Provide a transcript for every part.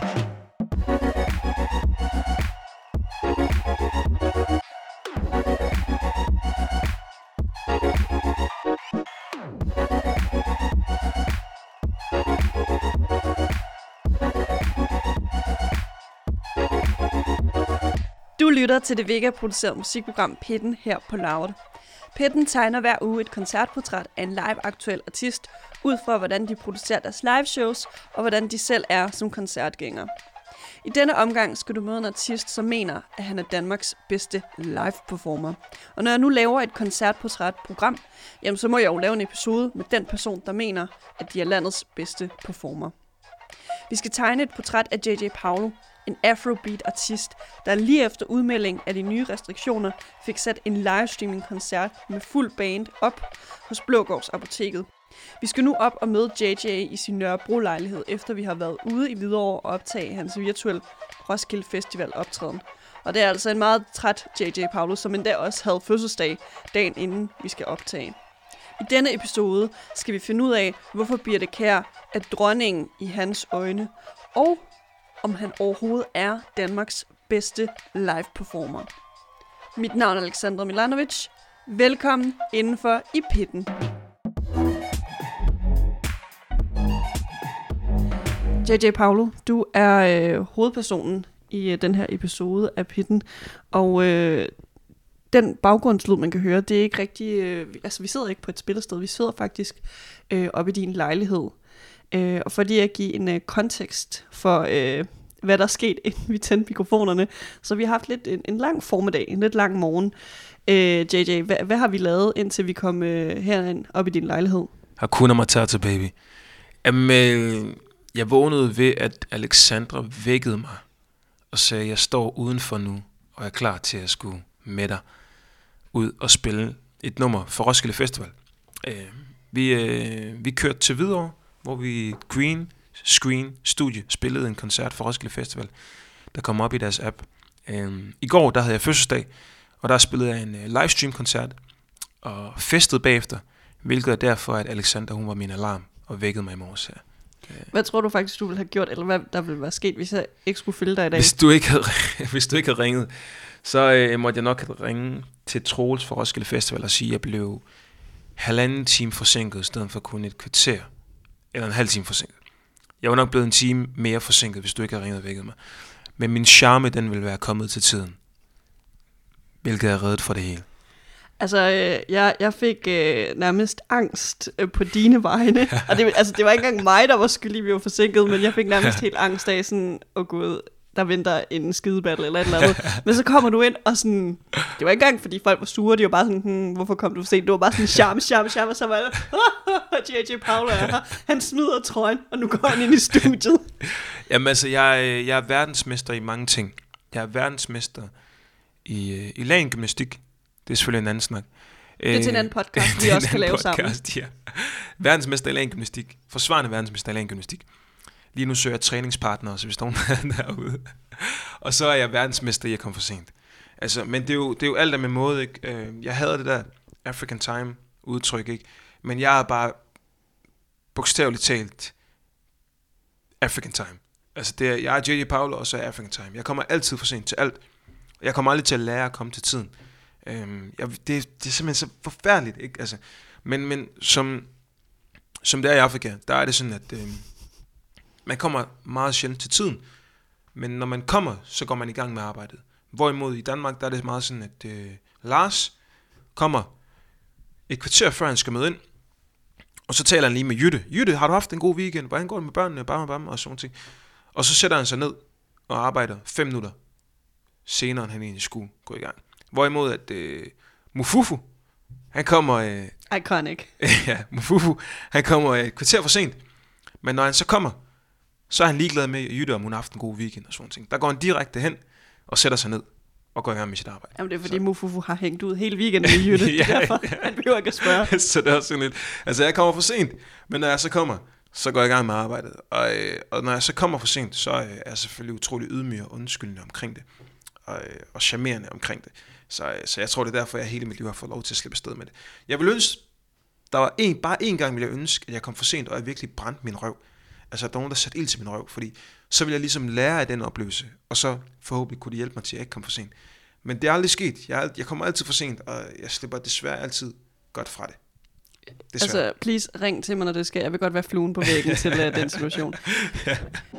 Du lytter til det Vega-producerede musikprogram Pitten her på Loud. Pitten tegner hver uge et koncertportræt af en live-aktuel artist, ud fra hvordan de producerer deres liveshows og hvordan de selv er som koncertgængere. I denne omgang skal du møde en artist, som mener, at han er Danmarks bedste live-performer. Og når jeg nu laver et koncertportrætprogram, jamen så må jeg jo lave en episode med den person, der mener, at de er landets bedste performer. Vi skal tegne et portræt af JJ Paulo, en afrobeat-artist, der lige efter udmelding af de nye restriktioner fik sat en livestreaming-koncert med fuld band op hos Blågårds Apoteket. Vi skal nu op og møde JJ i sin Nørrebro-lejlighed, efter vi har været ude i Hvidovre og optage hans virtuelle Roskilde Festival-optræden. Og det er altså en meget træt JJ Paulo, som endda også havde fødselsdag dagen inden vi skal optage. I denne episode skal vi finde ud af, hvorfor Birthe Kjær er dronningen i hans øjne, og om han overhovedet er Danmarks bedste live-performer. Mit navn er Alexandra Milanovic. Velkommen indenfor i Pitten. JJ Paulo, du er hovedpersonen i den her episode af Pitten, og den baggrundslyd, man kan høre, det er ikke rigtig... vi sidder ikke på et spillested, vi sidder faktisk oppe i din lejlighed. Og for lige at give en kontekst for, hvad der er sket, inden vi tændte mikrofonerne, så vi har haft lidt en lang formiddag, en lidt lang morgen. JJ, hvad har vi lavet, indtil vi kom herind op i din lejlighed? Hakuna Matata, baby. Jeg vågnede ved, at Alexandra vækkede mig og sagde, jeg står udenfor nu, og er klar til at skulle med dig ud og spille et nummer for Roskilde Festival. Vi kørte til Hvidovre, hvor vi Green Screen Studie spillede en koncert for Roskilde Festival, der kom op i deres app. I går, der havde jeg fødselsdag, og der spillede jeg en livestream-koncert, og festede bagefter, hvilket er derfor, at Alexandra, hun var min alarm, og vækkede mig i morges her. Hvad tror du faktisk, du ville have gjort, eller hvad der ville være sket, hvis jeg ikke skulle følge dig i dag? Hvis du ikke havde ringet, så måtte jeg nok have ringet til Troels for Roskilde Festival og sige, at jeg blev 1,5 time forsinket, i stedet for kun et kvarter, eller en halv time forsinket. Jeg var nok blevet en time mere forsinket, hvis du ikke havde ringet og vækket mig. Men min charme, den ville være kommet til tiden, hvilket er reddet for det hele. Altså, jeg fik nærmest angst på dine vegne. Og det var ikke engang mig, der var skyldig, vi var forsinket, men jeg fik nærmest helt angst af sådan, gud, der venter en skidebattle eller et eller andet. Men så kommer du ind, og sådan, det var ikke engang, fordi folk var sure, de var bare sådan, hvorfor kom du for sent? Det var bare sådan, charme, og så var jeg, JJ Paulo er her. Han smider trøjen, og nu går han ind i studiet. Jamen altså, jeg er verdensmester i mange ting. Jeg er verdensmester i lagengymnastik. Det er selvfølgelig en anden snak. Det er til en anden podcast, vi også kan lave sammen. Ja. Verdensmester i lagengymnastik. Forsvarende verdensmester i lagengymnastik. Lige nu søger jeg træningspartnere, så hvis nogen er derude. Og så er jeg verdensmester i at komme for sent. Altså, men det er jo alt der med måde, ikke? Jeg havde det der African time udtryk, ikke? Men jeg er bare bogstaveligt talt African time. Altså, jeg er JJ Paulo, og så er African time. Jeg kommer altid for sent til alt. Jeg kommer aldrig til at lære at komme til tiden. Det er simpelthen så forfærdeligt, ikke? Altså, men som det er i Afrika, der er det sådan, at man kommer meget sjældent til tiden, men når man kommer, så går man i gang med arbejdet. Hvorimod i Danmark, der er det meget sådan, at Lars kommer et kvarter før han skal møde ind, og så taler han lige med Jytte. Jytte, har du haft en god weekend? Hvordan går det med børnene? Bam, og sådan ting. Og så sætter han sig ned og arbejder 5 minutter senere, end han egentlig skulle gå i gang. Hvorimod at Mufufu, han kommer... Iconic. Ja, Mufufu, han kommer et kvarter for sent. Men når han så kommer, så er han ligeglad med Jytte, om hun har haft en god weekend og sådan ting. Der går han direkte hen og sætter sig ned og går i gang med sit arbejde. Jamen det er fordi Mufufu har hængt ud hele weekenden med Jytte. Ja, derfor han behøver ikke at spørge. Så det er også sådan lidt... Altså jeg kommer for sent, men når jeg så kommer, så går jeg i gang med arbejdet. Og når jeg så kommer for sent, så er jeg selvfølgelig utrolig ydmyg og undskyldende omkring det. Og charmerende omkring det. Så jeg tror, det er derfor, jeg hele mit liv har fået lov til at slippe afsted med det. Jeg vil ønske, der var bare én gang, ville jeg ønske, at jeg kom for sent, og jeg virkelig brændte min røv. Altså, der er nogen, der satte ild til min røv, fordi så vil jeg ligesom lære af den oplevelse, og så forhåbentlig kunne de hjælpe mig til, at jeg ikke kom for sent. Men det er aldrig sket. Jeg kommer altid for sent, og jeg slipper desværre altid godt fra det. Desværre. Altså, please ring til mig, når det sker. Jeg vil godt være fluen på væggen til den situation. Ja.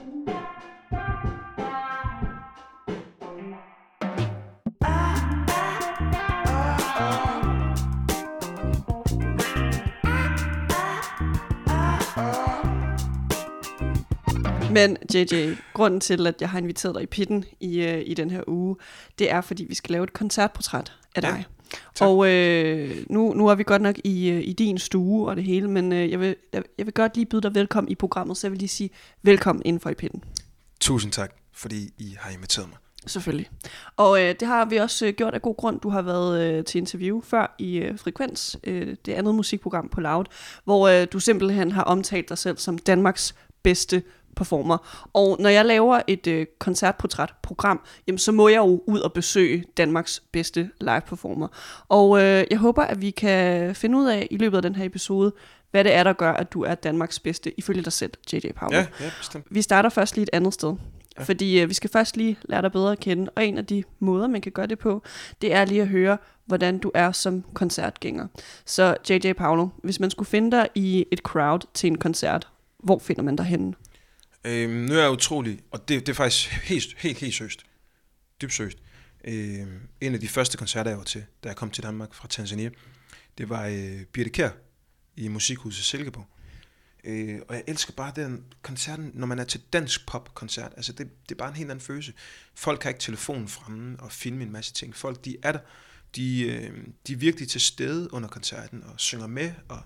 Men JJ, grunden til, at jeg har inviteret dig i pitten i den her uge, det er, fordi vi skal lave et koncertportræt af dig. Ja, og nu er vi godt nok i din stue og det hele, men jeg vil godt lige byde dig velkommen i programmet, så jeg vil lige sige velkommen indenfor i pitten. Tusind tak, fordi I har inviteret mig. Selvfølgelig. Og det har vi også gjort af god grund. Du har været til interview før i Frekvens, det andet musikprogram på Loud, hvor du simpelthen har omtalt dig selv som Danmarks bedste performer. Og når jeg laver et koncertportrætprogram, jamen, så må jeg jo ud og besøge Danmarks bedste live performer. Og jeg håber, at vi kan finde ud af i løbet af den her episode, hvad det er, der gør, at du er Danmarks bedste, ifølge dig selv, JJ Paolo. Ja, bestemt. Vi starter først lige et andet sted. Ja. Fordi vi skal først lige lære dig bedre at kende, og en af de måder, man kan gøre det på, det er lige at høre, hvordan du er som koncertgænger. Så JJ Paolo, hvis man skulle finde dig i et crowd til en koncert, hvor finder man dig henne? Nu er jeg utrolig, og det er faktisk helt søst. Dybt søst. En af de første koncerter, jeg var til, da jeg kom til Danmark fra Tanzania, det var Birthe Kjær i Musikhuset Silkeborg. Og jeg elsker bare den koncerten, når man er til dansk pop-koncert. Altså det er bare en helt anden følelse. Folk har ikke telefonen fremme og filme en masse ting. Folk, de er der. De er virkelig til stede under koncerten og synger med. Og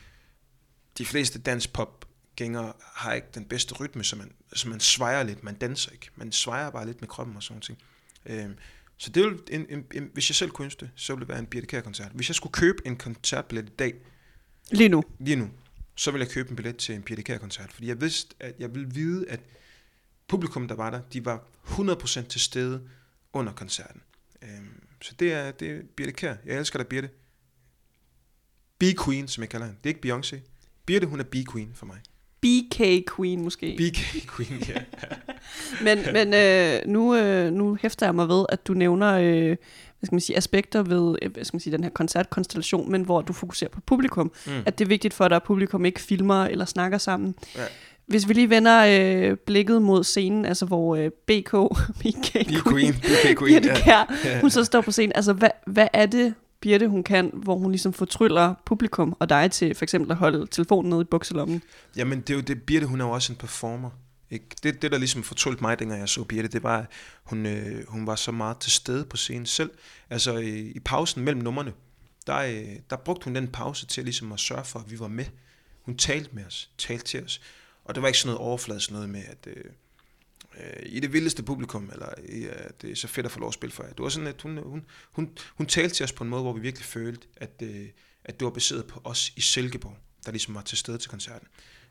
de fleste dansk pop-gængere har ikke den bedste rytme, så man svejer lidt. Man danser ikke. Man svejer bare lidt med kroppen og sådan ting. Så det vil, hvis jeg selv kunne ønske det, så ville det være en Birthe Kjær-koncert. Hvis jeg skulle købe en koncertbillet i dag... Lige nu. Så ville jeg købe en billet til en Birthe Kjær-koncert, fordi jeg vidste, at jeg ville vide, at publikum, der var der, de var 100% til stede under koncerten. Så det er Birthe Kjær. Jeg elsker dig, Birthe. B-Queen, som jeg kalder hende. Det er ikke Beyoncé. Birthe, hun er B-Queen for mig. BK-Queen måske. BK-Queen, ja. men nu hæfter jeg mig ved, at du nævner aspekter ved den her koncertkonstellation, men hvor du fokuserer på publikum. At det er vigtigt for dig, at publikum ikke filmer eller snakker sammen. Ja. Hvis vi lige vender blikket mod scenen, altså hvor BK-Queen, hun så står på scenen. Altså hvad er det, Birthe, hun kan, hvor hun ligesom fortryller publikum og dig til for eksempel at holde telefonen nede i bukselommen? Jamen det er jo det, Birthe, hun er jo også en performer. Ikke? Det der ligesom fortrylte mig, dengang jeg så Birthe, det var, at hun var så meget til stede på scenen selv. Altså i pausen mellem numrene, der brugte hun den pause til ligesom at sørge for, at vi var med. Hun talte med os, talte til os. Og det var ikke sådan noget overfladisk noget med, at i det vildeste publikum, eller det er så fedt at få lov at spille for jer. Det var sådan, at hun talte til os på en måde, hvor vi virkelig følte, at det var baseret på os i Silkeborg, der ligesom var til stede til koncerten.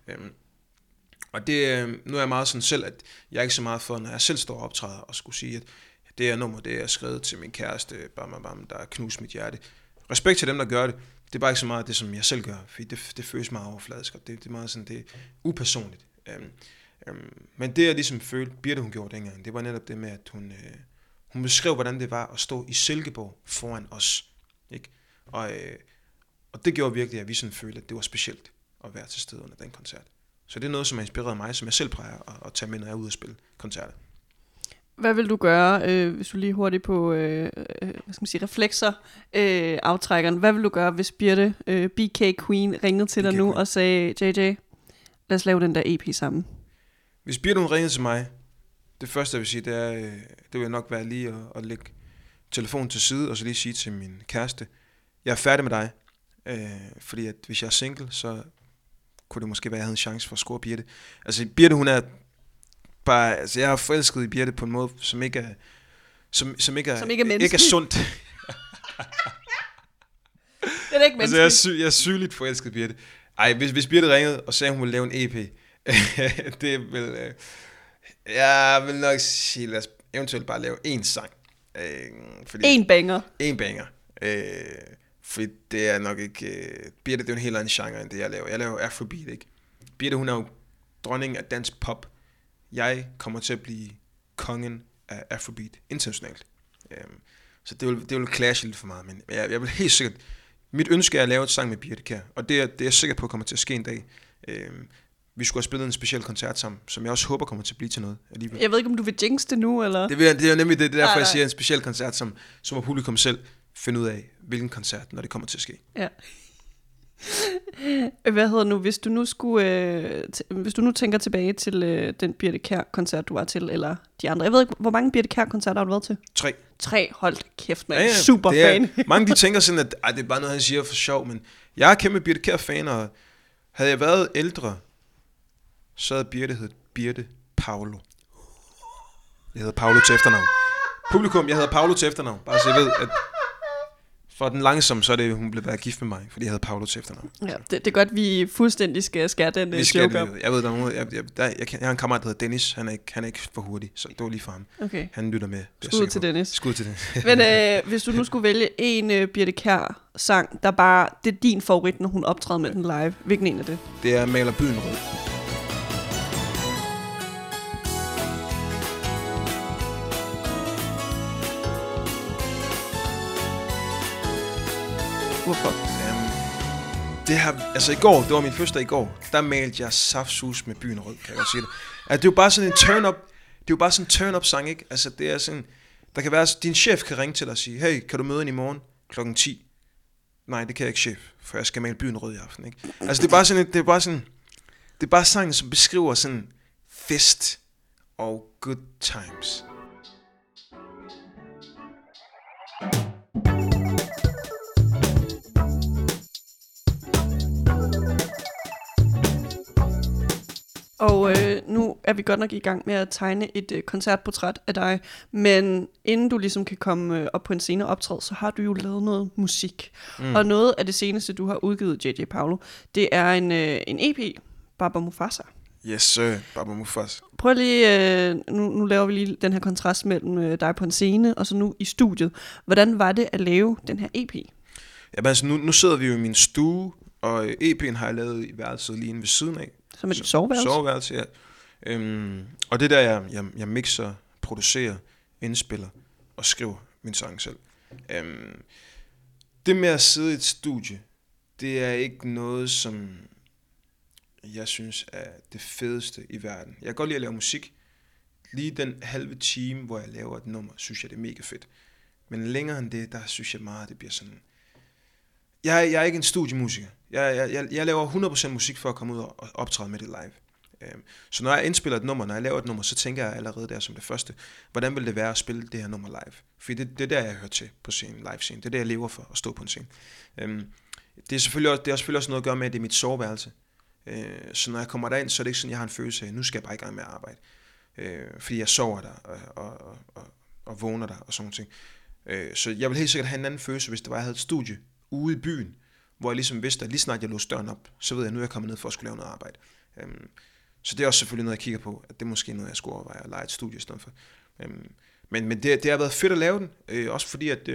Og det, nu er jeg meget sådan selv, at jeg er ikke så meget for, når jeg selv står og optræder og skulle sige, at det her nummer, det er skrevet til min kæreste, der har knust mit hjerte. Respekt til dem, der gør det. Det er bare ikke så meget det, som jeg selv gør, fordi det føles meget overfladisk, og det er meget sådan, det er upersonligt. Men det, jeg ligesom følte, Birthe, hun gjorde dengang, det var netop det med, at hun beskrev, hvordan det var at stå i Silkeborg foran os. Ikke? Og det gjorde virkelig, at vi sådan følte, at det var specielt at være til stede under den koncert. Så det er noget, som har inspireret mig, som jeg selv plejer at tage med, når jeg er ude og spille koncerter. Hvad vil du gøre, hvis du lige hurtigt på reflekser aftrækkeren? Hvad vil du gøre, hvis Birthe, BK Queen, ringede til dig nu og sagde, JJ, lad os lave den der EP sammen? Hvis Birthe, hun ringede til mig, det første, jeg vil sige, det vil nok være lige at lægge telefonen til side, og så lige sige til min kæreste, jeg er færdig med dig, fordi at hvis jeg er single, så kunne det måske være, at jeg havde en chance for at score Birthe. Altså Birthe, hun er bare, altså jeg er forelsket i Birthe på en måde, som ikke er sundt. Det er ikke menneskeligt. Altså jeg er sygeligt forelsket i Birthe. Ej, hvis Birthe ringede og sagde, at hun ville lave en EP, det vil, jeg vil nok sige, lad os eventuelt bare lave en sang. En banger. En banger. For det er nok ikke... Birthe, det er jo en helt anden genre, end det jeg laver. Jeg laver Afrobeat, ikke? Birthe, hun er jo dronningen af dansk pop. Jeg kommer til at blive kongen af Afrobeat internationalt. Så det vil clashe lidt for meget, men jeg vil helt sikkert... Mit ønske er at lave et sang med Birthe Kjær, og det er jeg sikker på kommer til at ske en dag. Vi skulle have spillet en speciel koncert sammen, som jeg også håber kommer til at blive til noget alligevel. Jeg ved ikke, om du vil jinx det nu, eller? Det er jo nemlig det er derfor, jeg siger en speciel koncert, som må publikum selv finde ud af, hvilken koncert, når det kommer til at ske. Ja. Hvad hedder nu, hvis du nu tænker tilbage til den Birthe Kjær-koncert, du var til, eller de andre. Jeg ved ikke, hvor mange Birthe Kjær-koncerter har du været til? 3, holdt kæft, man. Ja, super fan. Mange de tænker sådan, at det er bare noget, han siger for sjov, men jeg er kæmpe Birthe Kjær-fan, og havde jeg været ældre, så havde Birthe heddet Birthe Paulo. Jeg hedder Paulo til efternavn. Publikum, jeg hedder Paulo til efternavn. Bare så jeg ved, at for den langsomme, så er det, hun blev været gift med mig, fordi jeg havde Paulo til efternavn. Ja, det er godt, vi fuldstændig skal skære den joke op. Jeg ved, jeg har en kammerat, der hedder Dennis. Han er ikke for hurtig, så det var lige for ham. Okay. Han lytter med. Skud til Dennis. Skud til Dennis. Men hvis du nu skulle vælge en Birthe Kjær-sang, det er din favorit, når hun optræder med den live. Hvilken en er det? Det er Maler byen rød. Hvorfor? I går, det var min første i går, der malte jeg saftsus med byen rød, kan jeg godt sige det. Altså, det er jo bare sådan en turn-up, det er jo bare sådan en turn-up sang, ikke? Altså, det er sådan, der kan være, din chef kan ringe til dig og sige, hey, kan du møde ind i morgen klokken 10? Nej, det kan jeg ikke, chef, for jeg skal male byen rød i aften, ikke? Altså, det er bare sangen, som beskriver sådan fest og good times. Og nu er vi godt nok i gang med at tegne et koncertportræt af dig, men inden du ligesom kan komme op på en scene og optræde, så har du jo lavet noget musik. Og noget af det seneste, du har udgivet, JJ Paulo, det er en EP, Baba Mufasa. Yes, sir. Baba Mufasa. Prøv lige, nu laver vi lige den her kontrast mellem dig på en scene, og så nu i studiet. Hvordan var det at lave den her EP? Jamen altså, nu sidder vi jo i min stue, og EP'en har jeg lavet i værelset lige inde ved siden af. Som et soveværelse? Soveværelse, ja. Og det der, jeg mixer, producerer, indspiller og skriver min sang selv. Det med at sidde i et studie, det er ikke noget, som jeg synes er det fedeste i verden. Jeg kan godt lide at lave musik. Lige den halve time, hvor jeg laver et nummer, synes jeg, det er mega fedt. Men længere end det, der synes jeg meget, det bliver sådan... Jeg er ikke en studiemusiker. Jeg laver 100% musik for at komme ud og optræde med det live. Så når jeg indspiller et nummer, når jeg laver et nummer, så tænker jeg allerede der som det første, hvordan vil det være at spille det her nummer live? For det er der, jeg hører til på scenen, live-scenen. Det er der, jeg lever for, at stå på en scene. Det er selvfølgelig også noget at gøre med, at det er mit soveværelse. Så når jeg kommer derind, så er det ikke sådan, jeg har en følelse af, nu skal jeg bare i gang med at arbejde. Fordi jeg sover der og vågner der og sådan noget. Så jeg vil helt sikkert have en anden følelse, hvis det var, jeg havde et studie ude i byen, hvor jeg ligesom vidste, at lige snart jeg låste døren op, så ved jeg, at nu er jeg kommet ned for at skulle lave noget arbejde. Så det er også selvfølgelig noget, jeg kigger på, at det er måske noget, jeg skulle overveje at lege et studie i stedet for. Men det har været fedt at lave den, også fordi, at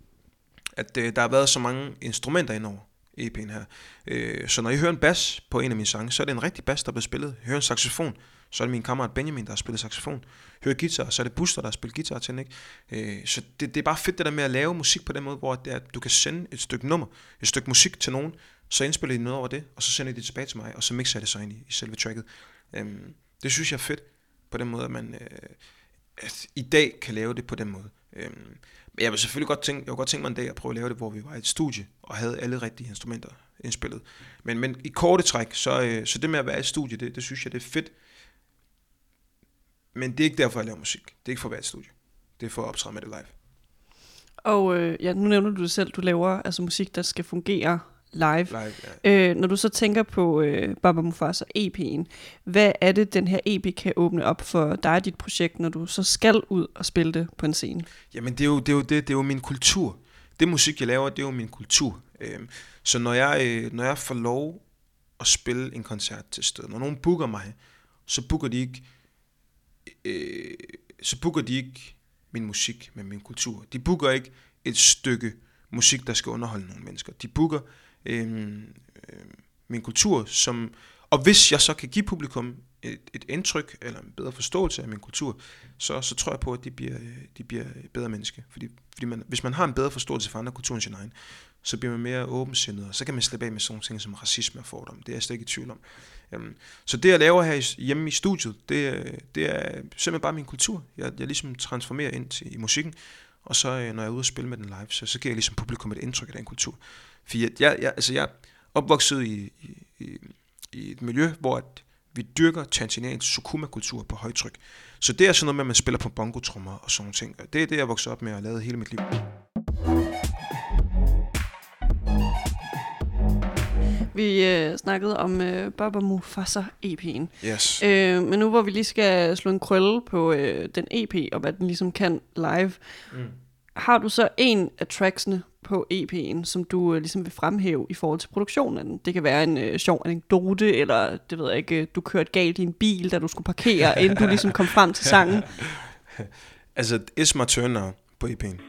der har været så mange instrumenter indover EP'en her. Så når I hører en bass på en af mine sange, så er det en rigtig bass, der bliver spillet. Hører en saxofon, så er det min kammerat Benjamin, der har spillet saxofon. Hører guitar, så er det Buster, der har spillet guitar til den, ikke? Så det er bare fedt det der med at lave musik på den måde, hvor det er, at du kan sende et stykke nummer, et stykke musik til nogen, så indspiller de noget over det, og så sender de det tilbage til mig, og så mixer jeg det så ind i selve tracket. Det synes jeg er fedt, på den måde, at man at i dag kan lave det på den måde. Men jeg vil selvfølgelig godt tænke mig en dag at prøve at lave det, hvor vi var i et studie, og havde alle rigtige instrumenter indspillet. Men i korte træk, så det med at være i et studie, det synes jeg, det er fedt. Men det er ikke derfor, jeg laver musik. Det er ikke for at være i et studie. Det er for at optræde med det live. Og nu nævner du det selv, du laver altså musik, der skal fungere live. Ja. Når du så tænker på Baba Mufasa EP'en, hvad er det, den her EP kan åbne op for dig og dit projekt, når du så skal ud og spille det på en scene? Jamen det er jo min kultur. Det musik, jeg laver, det er jo min kultur. Så når jeg får lov at spille en koncert til stedet, når nogen booker mig, så booker de ikke min musik med min kultur. De booker ikke et stykke musik, der skal underholde nogle mennesker. De booker min kultur, Og hvis jeg så kan give publikum et indtryk, eller en bedre forståelse af min kultur, så tror jeg på, at de bliver bedre mennesker. Fordi hvis man har en bedre forståelse for andre kulturer end sin egen, så bliver man mere åbensindet, og så kan man slippe af med sådan ting som racisme og fordom. Det er jeg slet ikke i tvivl om. Så det, jeg laver her hjemme i studiet, det er simpelthen bare min kultur. Jeg ligesom transformerer ind i musikken, og så når jeg er ude og spille med den live, så giver jeg ligesom publikum et indtryk af den kultur. For jeg er opvokset i et miljø, hvor vi dyrker tanzaniansk sukuma-kultur på højtryk. Så det er sådan noget med, at man spiller på bongotrommer og sådan ting. Det er det, jeg voksede op med og lavet hele mit liv. Vi snakkede om Baba Mufasa EP'en. Yes. Men nu hvor vi lige skal slå en krølle på den EP, og hvad den ligesom kan live, har du så en af tracksene på EP'en, som du ligesom vil fremhæve i forhold til produktionen af den? Det kan være en sjov anekdote, eller det ved jeg ikke, du kørte galt i en bil, da du skulle parkere, inden du ligesom kom frem til sangen. Altså, It's My Turn Now på EP'en.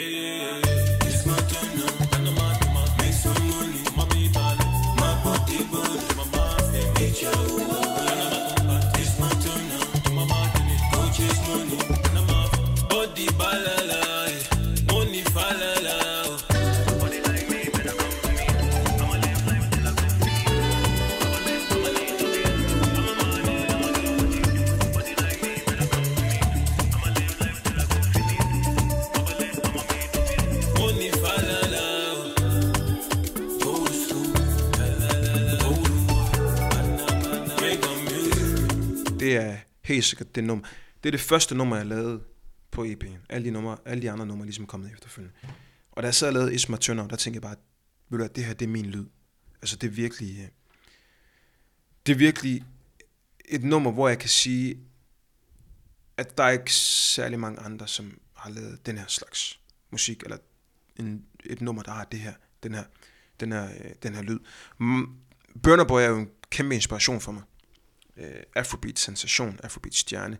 Det er helt sikkert det nummer. Det er det første nummer, jeg lavede på EP'en. Alle de andre numre er ligesom kommet efterfølgende. Og da jeg sad og lavede It's My Turn Now, der tænkte jeg bare, ved du, at det her, det er min lyd. Altså det er virkelig et nummer, hvor jeg kan sige, at der er ikke særlig mange andre, som har lavet den her slags musik, eller et nummer, der har det her, den her lyd. Burna Boy er jo en kæmpe inspiration for mig. Afrobeat sensation, Afrobeat stjerne.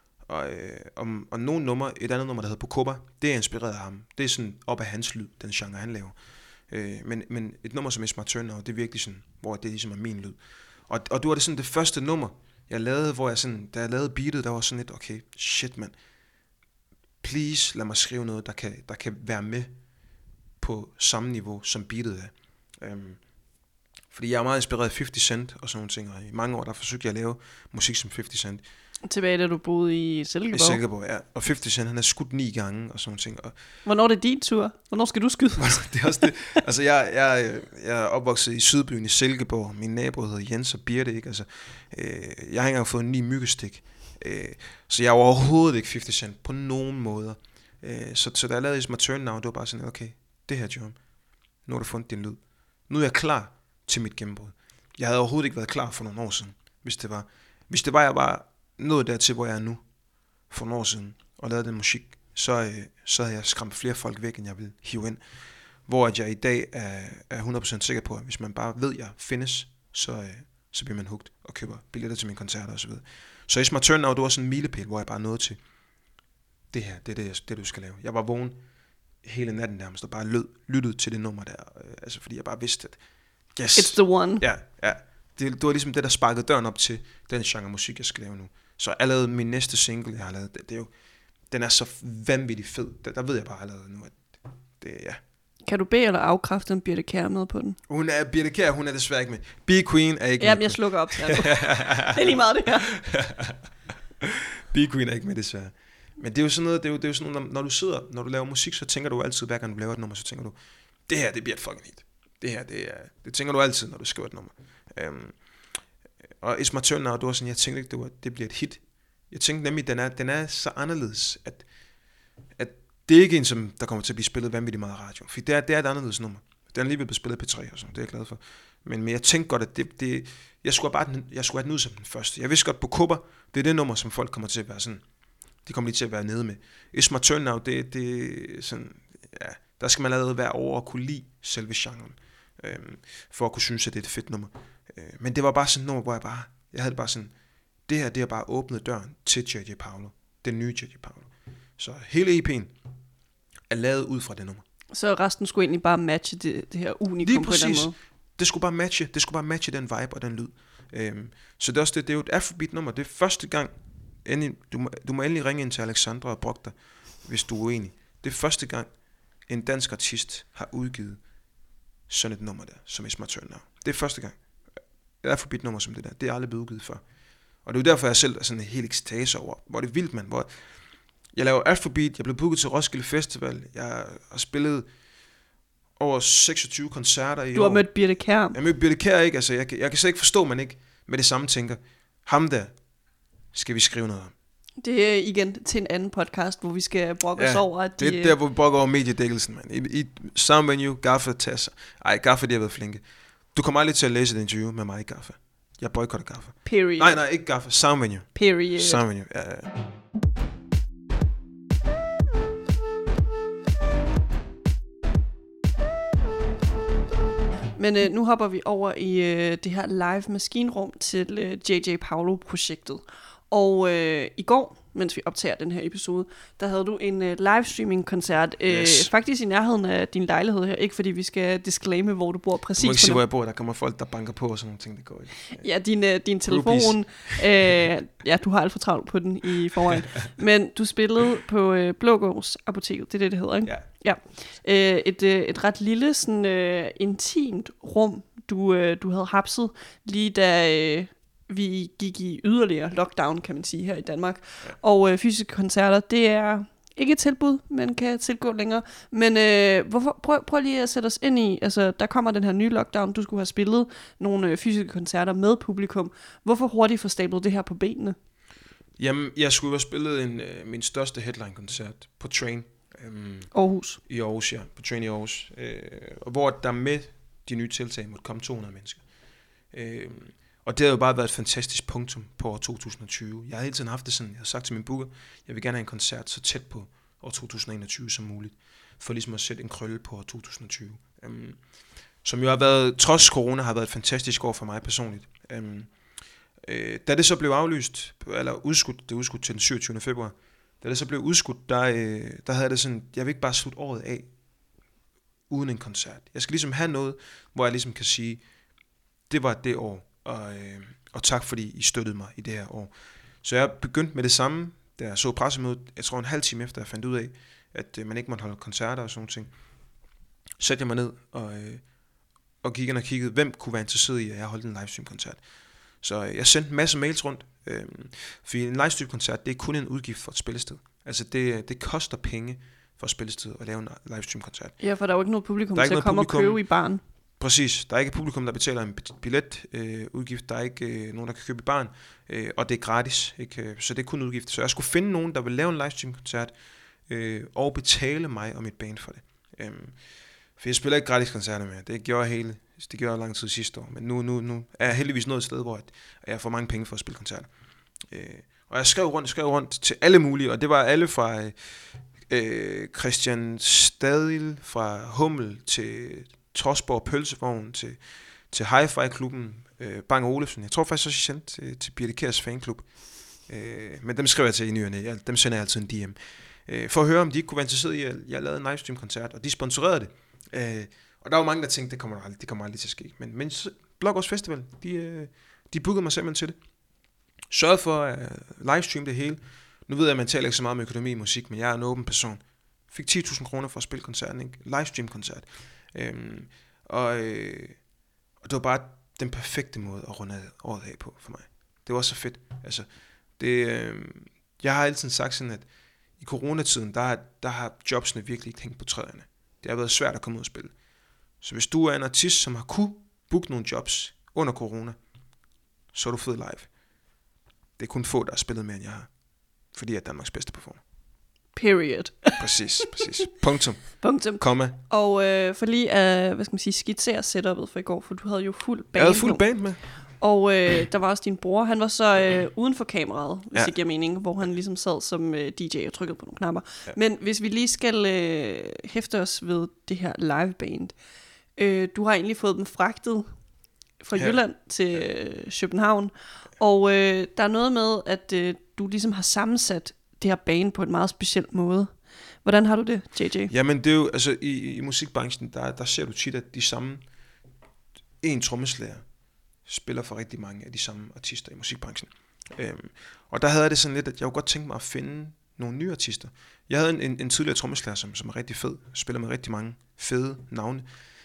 Og nogle numre, et andet nummer, der hedder Bukoba, det er inspireret af ham. Det er sådan op af hans lyd, den genre, han laver. Men et nummer som It's My Turn Now, det er virkelig sådan, hvor det ligesom er min lyd. Og du var det sådan det første nummer, jeg lavede, hvor jeg sådan, da jeg lavede beatet, der var sådan lidt, okay, shit mand, please lad mig skrive noget, der kan være med på samme niveau, som beatet er. Fordi jeg er meget inspireret af 50 Cent og sådan nogle ting, og i mange år, der forsøgte jeg at lave musik som 50 Cent. Tilbage da du boede i Silkeborg? I Silkeborg, ja. Og 50 Cent, han er skudt 9 gange og sådan nogle ting. Og hvornår er det din tur? Hvornår skal du skyde? Det er også det. Altså, jeg er opvokset i Sydbyen i Silkeborg. Min nabo hedder Jens og Birte, ikke? Altså, jeg har ikke engang fået 9 myggestik. Så jeg er overhovedet ikke 50 Cent på nogen måder. Så da jeg lavede It's My Turn Now, det var bare sådan, okay, det her, Jerome, nu har du fundet din lyd. Nu er jeg klar til mit gennembrud. Jeg havde overhovedet ikke været klar for nogle år siden, hvis det var jeg bare nået dertil, hvor jeg er nu, for nogle år siden, og lavede den musik, så havde jeg skræmt flere folk væk, end jeg ville hive ind. Hvor at jeg i dag er 100% sikker på, at hvis man bare ved, at jeg findes, så bliver man hooked og køber billetter til mine koncerter osv. Så It's My Turn Now, det var sådan en milepæl, hvor jeg bare nåede til, det her, det er det, du skal lave. Jeg var vågen hele natten nærmest, og bare lyttede til det nummer der, altså fordi jeg bare vidste, at yes. It's the one. Ja. Det var ligesom det, der sparkede døren op til den genre musik, jeg skal lave nu. Så jeg lavede min næste single, jeg har lavet. Det er jo, den er så vanvittigt fed. Der ved jeg bare allerede nu, at det ja. Kan du bede eller afkræfte, om Birte Kjær med på den? Birte Kjær, hun er desværre ikke med. Be Queen er ikke med. Jamen, jeg slukker op til det. Det er lige meget det her. Be Queen er ikke med, desværre. Men det er jo sådan noget, det er jo sådan noget, når du laver musik, så tænker du altid, hver gang du laver et nummer, så tænker du, det her, det bliver et fucking hit. Det her, det tænker du altid, når du skriver et nummer. Og It's My Turn Now, det var sådan, jeg tænkte ikke, det bliver et hit. Jeg tænkte nemlig, den er så anderledes, at det er ikke en, som der kommer til at blive spillet vanvittigt meget radio. For det er et anderledes nummer. Den er lige blevet spillet P3 og sådan, det er jeg glad for. Men jeg tænkte godt, at jeg skulle have den ud som den første. Jeg vidste godt, på Bukoba, det er det nummer, som folk kommer til at være sådan, de kommer lige til at være nede med. It's My Turn Now, det er sådan, ja, der skal man allerede være over at kunne lide selve genren, for at kunne synes, at det er et fedt nummer. Men det var bare sådan et nummer, hvor jeg havde det bare sådan, det her, det har bare åbnet døren til J.J. Paolo, den nye J.J. Paolo. Så hele EP'en er lavet ud fra det nummer. Så resten skulle egentlig bare matche det her unikum på den måde? Det skulle bare matche den vibe og den lyd. Så det er også det er jo et Afrobeat-nummer. Det er første gang, du må endelig ringe ind til Alexandra og brokke dig, hvis du er uenig. Det er første gang, en dansk artist har udgivet sådan et nummer der, som It's My Turn Now. Det er første gang. Et Afrobeat-nummer som det der. Det er aldrig blevet udgivet før. Og det er jo derfor, jeg selv er sådan en helt ekstase over, hvor det er vildt, mand. Hvor jeg laver Afrobeat, jeg blev booket til Roskilde Festival, jeg har spillet over 26 koncerter i år. Du har mødt Birte Kjær. Jeg har mødt Birte Kjær, ikke? Altså, jeg kan slet ikke forstå, at man ikke med det samme tænker, ham der skal vi skrive noget om. Det er igen til en anden podcast, hvor vi skal brokke os over, at det er der, hvor vi brokker over mediedækkelsen, mand. I Soundvenue, Gaffa, Tasser. Ej, Gaffa, de har været flinke. Du kommer aldrig til at læse et interview med mig, Gaffa. Jeg boykotter Gaffa. Period. Nej, ikke Gaffa. Soundvenue. Period. Soundvenue, ja. Men nu hopper vi over i det her live maskinrum til JJ Paulo-projektet. Og i går, mens vi optager den her episode, der havde du en livestreaming-koncert, faktisk i nærheden af din lejlighed her. Ikke fordi vi skal disclaime, hvor du bor præcis. Du må ikke sige, hvor jeg bor. Der kommer folk, der banker på og sådan nogle ting, det går ikke. Ja, din telefon. Ja, du har alt for travlt på den i forvejen. Men du spillede på Blågårds Apoteket, det er det hedder, ikke? Ja. Et ret lille, sådan intimt rum, du havde hapset, lige da vi gik i yderligere lockdown, kan man sige, her i Danmark. Ja. Og fysiske koncerter, det er ikke et tilbud, man kan tilgå længere. Men prøv lige at sætte os ind i, altså der kommer den her nye lockdown, du skulle have spillet nogle fysiske koncerter med publikum. Hvorfor hurtigt få stablet det her på benene? Jamen, jeg skulle have spillet min største headline-koncert på Train. Aarhus. I Aarhus, ja. På Train i Aarhus. Og hvor der med de nye tiltag måtte komme 200 mennesker. Og det har jo bare været et fantastisk punktum på år 2020. Jeg har hele tiden haft det sådan, jeg har sagt til min booker, jeg vil gerne have en koncert så tæt på år 2021 som muligt, for ligesom at sætte en krølle på år 2020. Som jo har været, trods corona, har været et fantastisk år for mig personligt. Da det så blev aflyst, eller udskudt, det er udskudt til den 27. februar, da det så blev udskudt, der havde det sådan, jeg vil ikke bare slutte året af uden en koncert. Jeg skal ligesom have noget, hvor jeg ligesom kan sige, det var det år, og tak fordi I støttede mig i det her år. Så jeg begyndte med det samme, da jeg så pressemødet, jeg tror en halv time efter, jeg fandt ud af, at man ikke måtte holde koncerter og sådan noget ting. Satte jeg mig ned og gik ind og kiggede, hvem kunne være interesseret i, at jeg holdt en livestream-koncert. Så jeg sendte en masse mails rundt, fordi en livestream-koncert, det er kun en udgift for et spillested. Altså det koster penge for et spillested at lave en livestream-koncert. Ja, for der er jo ikke noget publikum til at komme og købe i baren. Præcis. Der er ikke publikum, der betaler en billetudgift. Der er ikke nogen, der kan købe i baren. Og det er gratis. Ikke? Så det er kun udgift. Så jeg skulle finde nogen, der vil lave en livestream-koncert og betale mig og mit band for det. For jeg spiller ikke gratis koncerter mere. Det gjorde jeg lang tid sidste år. Men nu er jeg heldigvis nået et sted, hvor jeg får mange penge for at spille koncerter. Og jeg skrev rundt til alle mulige, og det var alle fra Christian Stadil, fra Hummel til Tosborg Pølsevogn, til Hi-Fi-klubben, Bang Olufsen. Jeg tror faktisk også, jeg sendte til Birte Kjærs fanklub. Men dem skriver jeg til i ny og næ. Dem sender jeg altid en DM. For at høre, om de ikke kunne være interesseret i, at jeg lavede en livestream-koncert, og de sponsorerede det. Og der var mange, der tænkte, det kommer aldrig til at ske. Men Blågårds Festival, de bookede mig simpelthen til det. Sørgede for at livestream det hele. Nu ved jeg, at man taler ikke så meget om økonomi i musik, men jeg er en åben person. Fik 10.000 kroner for at spille koncerten, ikke? Livestream-koncert. Og det var bare den perfekte måde at runde året af på for mig. Det var så fedt. Altså, jeg har altid sagt sådan, at i coronatiden, der har jobsene virkelig ikke hængt på træerne. Det har været svært at komme ud og spille. Så hvis du er en artist, som har kunne booke nogle jobs under corona, så er du fed live. Det er kun få, der har spillet mere, end jeg har. Fordi jeg er Danmarks bedste performer. Period. Præcis. Punktum. Komma. Og for lige at, skitsere setupet for i går, for du havde jo fuld band. Jeg havde fuld band med. Og der var også din bror, han var så uden for kameraet, hvis det giver mening, hvor han ligesom sad som DJ og trykkede på nogle knapper. Ja. Men hvis vi lige skal hæfte os ved det her liveband, du har egentlig fået dem fragtet fra Jylland til København, og der er noget med, at du ligesom har sammensat det her band på en meget speciel måde. Hvordan har du det, JJ? Jamen det er jo, altså i musikbranchen, der ser du tit, at de samme en trommeslager spiller for rigtig mange af de samme artister i musikbranchen. Og der havde jeg det sådan lidt, at jeg kunne godt tænke mig at finde nogle nye artister. Jeg havde en tidligere trommeslager, som er rigtig fed, spiller med rigtig mange fede navne.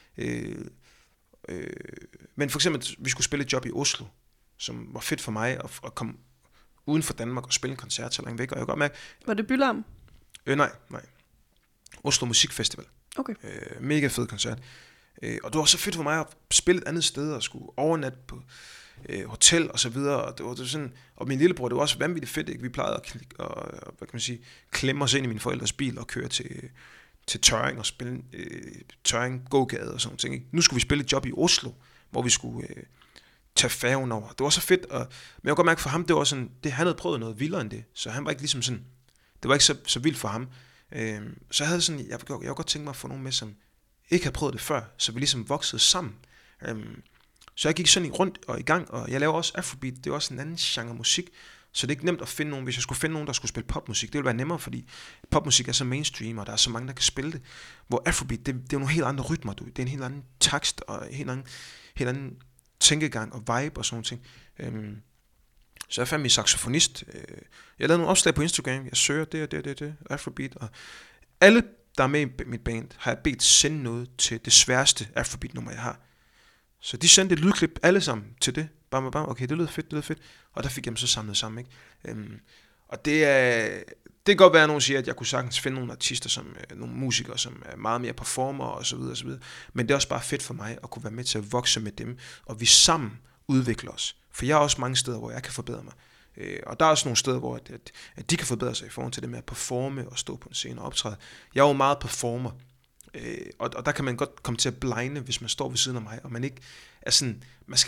Men for eksempel, vi skulle spille et job i Oslo, som var fedt for mig at komme uden for Danmark og spille en koncert så langt væk, og jeg kunne godt mærke... Var det Bylarm? Nej. Oslo Musikfestival. Okay. Mega fed koncert. Og det var så fedt for mig at spille et andet sted og skulle overnatte på hotel og så videre, og det var sådan, og min lillebror, det var også vanvittigt fedt, ikke? Vi plejede at hvad kan man sige, klemme os ind i min forældres bil og køre til Tøring og spille Tøring gågade og sådan ting, ikke? Nu skulle vi spille et job i Oslo, hvor vi skulle tage færgen over. Det var så fedt, men jeg kunne godt mærke for ham, det var sådan, han havde prøvet noget vildere end det, så han var ikke ligesom sådan, det var ikke så vildt for ham. Så jeg havde sådan, jeg kunne godt tænke mig at få nogen med, som ikke havde prøvet det før, så vi ligesom voksede sammen. Så jeg gik sådan rundt og i gang, og jeg laver også Afrobeat, det er også en anden genre musik, så det er ikke nemt at finde nogen. Hvis jeg skulle finde nogen, der skulle spille popmusik, det ville være nemmere, fordi popmusik er så mainstream, og der er så mange, der kan spille det. Hvor Afrobeat, det er jo nogle helt andre rytmer, det er en helt anden takst, og en helt anden tænkegang og vibe og sådan noget. Så jeg fandt min saxofonist. Jeg lavede nogle opslag på Instagram, jeg søger det, Afrobeat, og alle, der er med i mit band, har jeg bedt sende noget til det sværeste Afrobeat-nummer, jeg har. Så de sendte et lydklip alle sammen til det. Bam. Okay, det lyder fedt. Og der fik jeg dem så samlet sammen, ikke? Og det kan godt være, at nogen siger, at jeg kunne sagtens finde nogle artister, nogle musikere, som er meget mere performer og så videre. Men det er også bare fedt for mig at kunne være med til at vokse med dem, og vi sammen udvikler os. For jeg har også mange steder, hvor jeg kan forbedre mig. Og der er også nogle steder, hvor at de kan forbedre sig i forhold til det med at performe og stå på en scene og optræde. Jeg er jo meget performer. Og der kan man godt komme til at blinde, hvis man står ved siden af mig, og man ikke er sådan,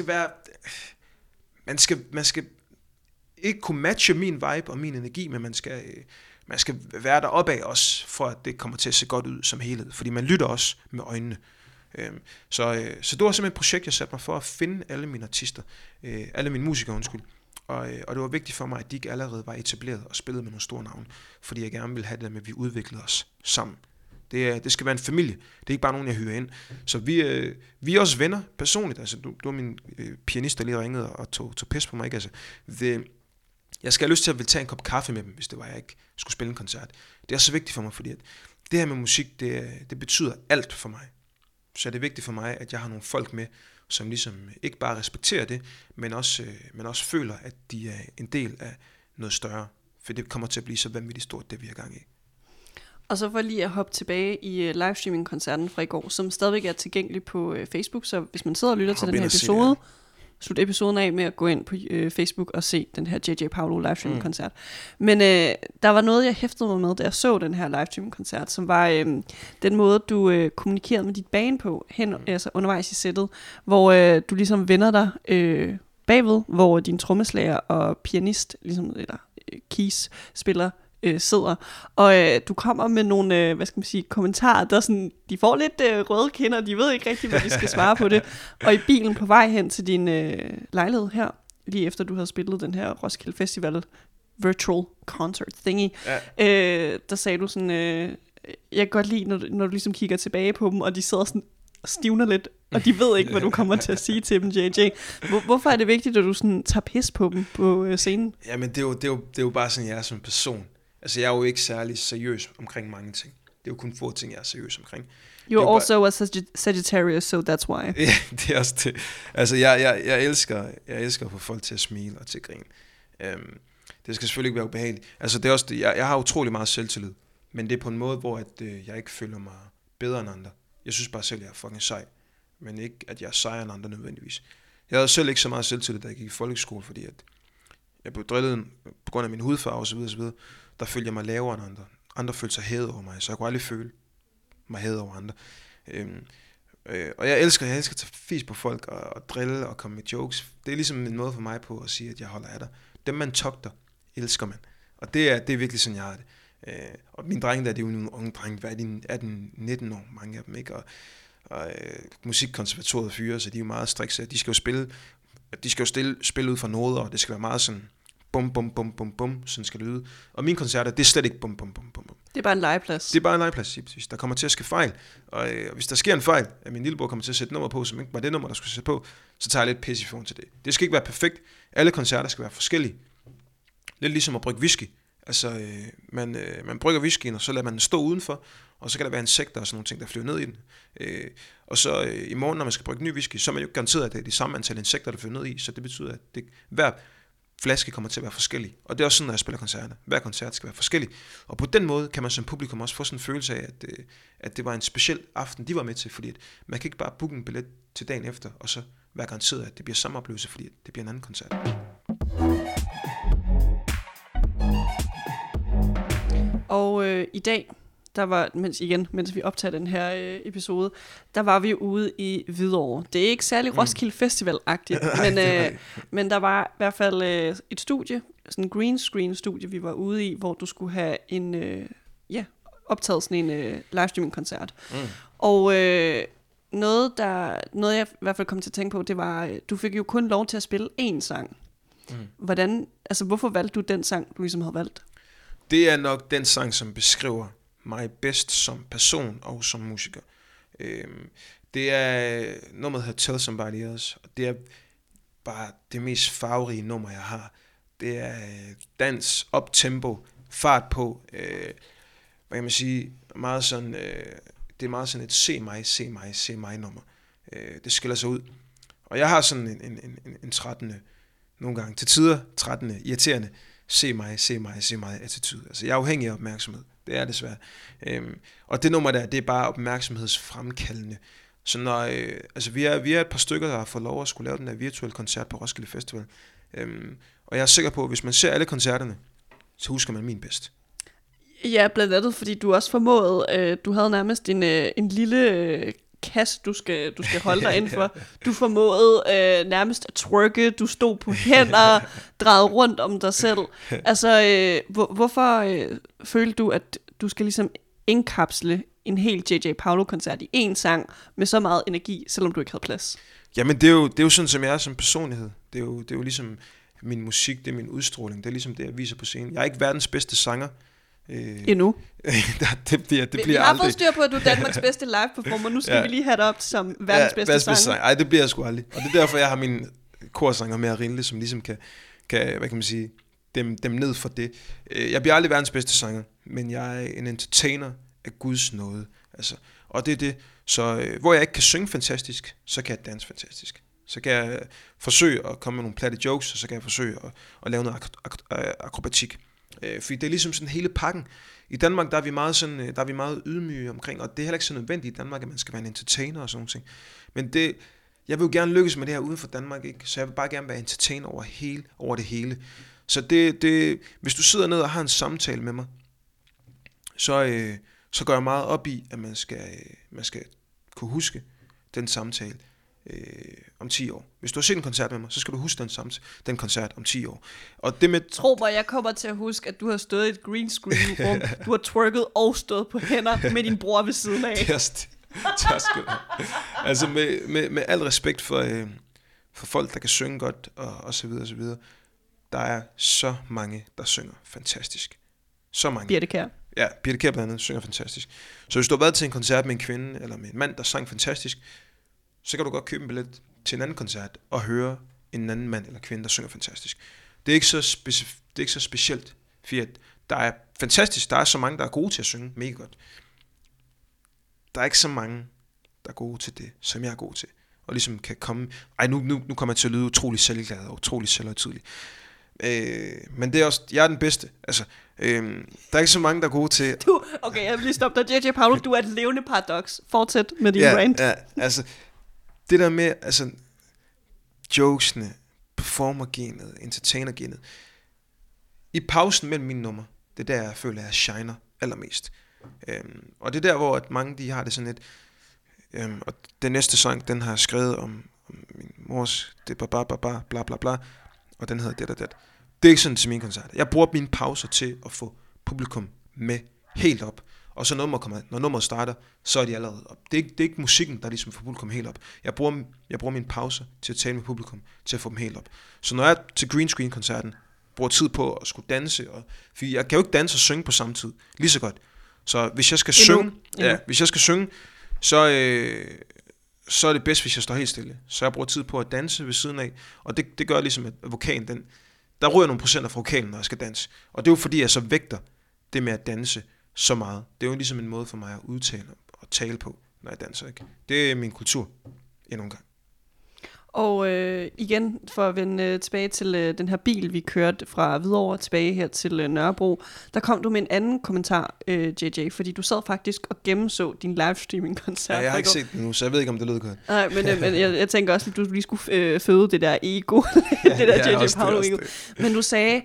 man skal ikke kunne matche min vibe og min energi, men man skal være deroppe af os, for at det kommer til at se godt ud som helhed, fordi man lytter også med øjnene. Så det var simpelthen et projekt, jeg satte mig for at finde alle mine artister, alle mine musikere, og det var vigtigt for mig, at de ikke allerede var etableret og spillede med nogle store navne, fordi jeg gerne ville have det med, at vi udviklede os sammen. Det skal være en familie. Det er ikke bare nogen, jeg hyrer ind. Så vi er også venner personligt. Altså, du var min pianist, der lige ringede og tog pis på mig. Ikke? Altså, jeg skal have lyst til at ville tage en kop kaffe med dem, hvis det var, jeg ikke skulle spille en koncert. Det er så vigtigt for mig, fordi at det her med musik, det betyder alt for mig. Så er det vigtigt for mig, at jeg har nogle folk med, som ligesom ikke bare respekterer det, men også føler, at de er en del af noget større. For det kommer til at blive så vanvittigt stort, det vi er gang i. Og så for lige at hoppe tilbage i livestreaming-koncerten fra i går, som stadigvæk er tilgængelig på Facebook, så hvis man sidder og lytter til den her episode, slut episoden af med at gå ind på Facebook og se den her J.J. Paolo livestreaming-koncert. Men der var noget, jeg hæftede mig med, da jeg så den her livestreaming-koncert, som var den måde, du kommunikerede med dit band på, altså undervejs i sættet, hvor du ligesom vender dig bagved, hvor din trommeslager og pianist, ligesom, eller keys spiller, sidder, og du kommer med nogle, hvad skal man sige, kommentarer, der sådan, de får lidt røde kinder, de ved ikke rigtig, hvad de skal svare på det, og i bilen på vej hen til din lejlighed her, lige efter du havde spillet den her Roskilde Festival virtual concert thingy, der sagde du sådan, jeg kan godt lide, når du ligesom kigger tilbage på dem, og de sidder sådan stivner lidt, og de ved ikke, hvad du kommer til at sige til dem, JJ. Hvorfor er det vigtigt, at du sådan tager pis på dem på scenen? Jamen, det er jo bare sådan, jeg er som person. Altså, jeg er jo ikke særlig seriøs omkring mange ting. Det er jo kun få ting, jeg er seriøs omkring. You're also a Sagittarius, so that's why. Ja, det er også det. Altså, jeg elsker at få folk til at smile og til at grine. Det skal selvfølgelig ikke være ubehageligt. Altså, det er også det. Jeg har utrolig meget selvtillid, men det er på en måde, hvor jeg ikke føler mig bedre end andre. Jeg synes bare selv, jeg er fucking sej, men ikke, at jeg er sejere end andre nødvendigvis. Jeg havde selv ikke så meget selvtillid, da jeg gik i folkeskole, fordi at jeg blev drillet på grund af min hudfarve osv. Der følte jeg mig lavere end andre. Andre følte sig hævet over mig, så jeg kunne aldrig føle mig hævet over andre. Og jeg elsker at tage fis på folk og drille og komme med jokes. Det er ligesom en måde for mig på at sige, at jeg holder af dig. Dem man togter, elsker man. Og det er virkelig sådan, jeg har det. Og mine drenge der, det er jo nogle unge drenge, hvad er de, 18-19 år, mange af dem, ikke? Og musikkonservatoriet fyre, så de er jo meget strikse. De skal jo spille ud fra noder, og det skal være meget sådan bum, bum, bum, bum, bum, sådan skal det lyde. Og mine koncerter, det er slet ikke bum, bum, bum, bum, bum. Det er bare en legeplads. Det er bare en legeplads, præcis. Der kommer til at ske fejl. Og hvis der sker en fejl, at min lillebror kommer til at sætte nummer på, som ikke var det nummer, der skulle sætte på, så tager jeg lidt pis i forhold til det. Det skal ikke være perfekt. Alle koncerter skal være forskellige. Lidt ligesom at brygge whisky. Altså, man brygger whiskyen, og så lader man den stå udenfor, og så kan der være insekter og sådan nogle ting, der flyver ned i den. Og så i morgen, når man skal brygge ny whisky, så er man jo garanteret, at det er de samme antal insekter, der flyver ned i, så det betyder, at hver flaske kommer til at være forskellig. Og det er også sådan, når jeg spiller koncerter. Hver koncert skal være forskellig. Og på den måde kan man som publikum også få sådan en følelse af, at det var en speciel aften, de var med til, fordi at man kan ikke bare booke en billet til dagen efter, og så være garanteret, at det bliver samme oplevelse, fordi det bliver en anden koncert. Og i dag, der var, mens vi optager den her episode, der var vi ude i Hvidovre. Det er ikke særlig Roskilde Festival-agtigt, men der var i hvert fald et studie, sådan en green screen studie, vi var ude i, hvor du skulle have optaget sådan en livestreaming-koncert. Og noget jeg i hvert fald kom til at tænke på, det var, du fik jo kun lov til at spille én sang. Hvorfor valgte du den sang, du ligesom havde valgt? Det er nok den sang, som beskriver mig bedst som person og som musiker. Det er nummeret, der hedder Tell Somebody Else, og det er bare det mest farverige nummer, jeg har. Det er dans, up-tempo, fart på, hvad kan man sige, meget sådan, det er meget sådan et se mig nummer. Det skiller sig ud. Og jeg har sådan en 13. nogle gange, til tider 13. irriterende, se mig attitude. Altså jeg er afhængig af opmærksomhed. Det er desværre. Og det nummer der, det er bare opmærksomhedsfremkaldende. Så når, vi er et par stykker, der har fået lov at skulle lave den der virtuelle koncert på Roskilde Festival. Og jeg er sikker på, at hvis man ser alle koncerterne, så husker man min bedst. Ja, blandt andet, fordi du også formåede, du havde nærmest en lille kasse, du skal holde dig indenfor. Du formåede nærmest at twerke, du stod på hænder, drejede rundt om dig selv. Altså, hvorfor følte du, at du skal ligesom indkapsle en hel J.J. Paulo-koncert i én sang med så meget energi, selvom du ikke havde plads? Jamen, det er jo sådan, som jeg er som personlighed. Det er jo ligesom min musik, det er min udstråling. Det er ligesom det, jeg viser på scenen. Jeg er ikke verdens bedste sanger. Endnu. det bliver vi har fået styr på, at du er Danmarks bedste live-performer. Nu skal vi lige have det op som verdens bedste sanger. Nej, det bliver jeg sgu aldrig. Og det er derfor, jeg har mine korsanger med at rinde, som ligesom kan, hvad kan man sige, dem ned for det. Jeg bliver aldrig verdens bedste sanger, men jeg er en entertainer af Guds nåde. Altså, og det er det. Så hvor jeg ikke kan synge fantastisk, så kan jeg danse fantastisk. Så kan jeg forsøge at komme med nogle platte jokes, og så kan jeg forsøge at lave noget akrobatik. Fordi det er ligesom sådan hele pakken. I Danmark, der er vi meget ydmyge omkring, og det er heller ikke så nødvendigt i Danmark, at man skal være en entertainer og sådan noget. Men jeg vil jo gerne lykkes med det her uden for Danmark, ikke? Så jeg vil bare gerne være entertainer over det hele. Så hvis du sidder ned og har en samtale med mig, så går jeg meget op i, at man skal kunne huske den samtale om 10 år. Hvis du har set en koncert med mig, så skal du huske den koncert om 10 år. Og det med... Tro mig, jeg kommer til at huske, at du har stået i et green screen rum, du har twerket og stået på hænder med din bror ved siden af. Altså med al respekt for folk, der kan synge godt og så videre, så videre. Der er så mange, der synger fantastisk. Så mange. Birthe Kjær. Ja, Birthe Kjær blandt andet synger fantastisk. Så hvis du har været til en koncert med en kvinde eller med en mand, der sang fantastisk, så kan du godt købe en billet til en anden koncert og høre en anden mand eller kvinde, der synger fantastisk. Det er ikke så specielt, fordi der er fantastisk, der er så mange, der er gode til at synge mega godt. Der er ikke så mange, der er gode til det, som jeg er god til. Og ligesom kan komme... Nu kommer jeg til at lyde utrolig selvglad og utrolig selvhøjtidelig. Men det er også... Jeg er den bedste. Altså, der er ikke så mange, der er gode til... Okay, jeg vil lige stoppe dig. J.J. Paulo, du er et levende paradoks. Fortsæt med din rant. Ja, altså... Det der med, altså... Jokesene, performergenet, entertainergenet. I pausen mellem mine numre, det er der, jeg føler, jeg shiner allermest. Og det er der, hvor at mange de har det sådan lidt... og den næste sang, den har jeg skrevet om min mors... Det er bla bla bla. Og den hedder det. Det er ikke sådan til min koncert. Jeg bruger mine pauser til at få publikum med helt op. Og så når nummeret starter, så er de allerede op. Det er ikke musikken, der ligesom får publikum helt op. Jeg bruger mine pauser til at tale med publikum, til at få dem helt op. Så når jeg er til green screen koncerten, bruger tid på at skulle danse. Fordi jeg kan jo ikke danse og synge på samme tid, lige så godt. Så hvis jeg skal synge, så er det bedst, hvis jeg står helt stille. Så jeg bruger tid på at danse ved siden af. Og det gør ligesom, at vokalen, der ryger nogle procenter fra vokalen, når jeg skal danse. Og det er jo fordi, jeg så vægter det med at danse så meget. Det er jo ligesom en måde for mig at udtale og tale på, når jeg danser. Ikke? Det er min kultur endnu en gang. Og igen, for at vende tilbage til den her bil, vi kørte fra Hvidovre tilbage her til Nørrebro, der kom du med en anden kommentar, JJ, fordi du sad faktisk og gennemså din livestreaming-koncert. Ja, jeg har ikke set den nu, så jeg ved ikke, om det lød godt. Nej, men jeg tænker også, at du lige skulle føde det der ego, det der JJ Paulo-ego. Men du sagde,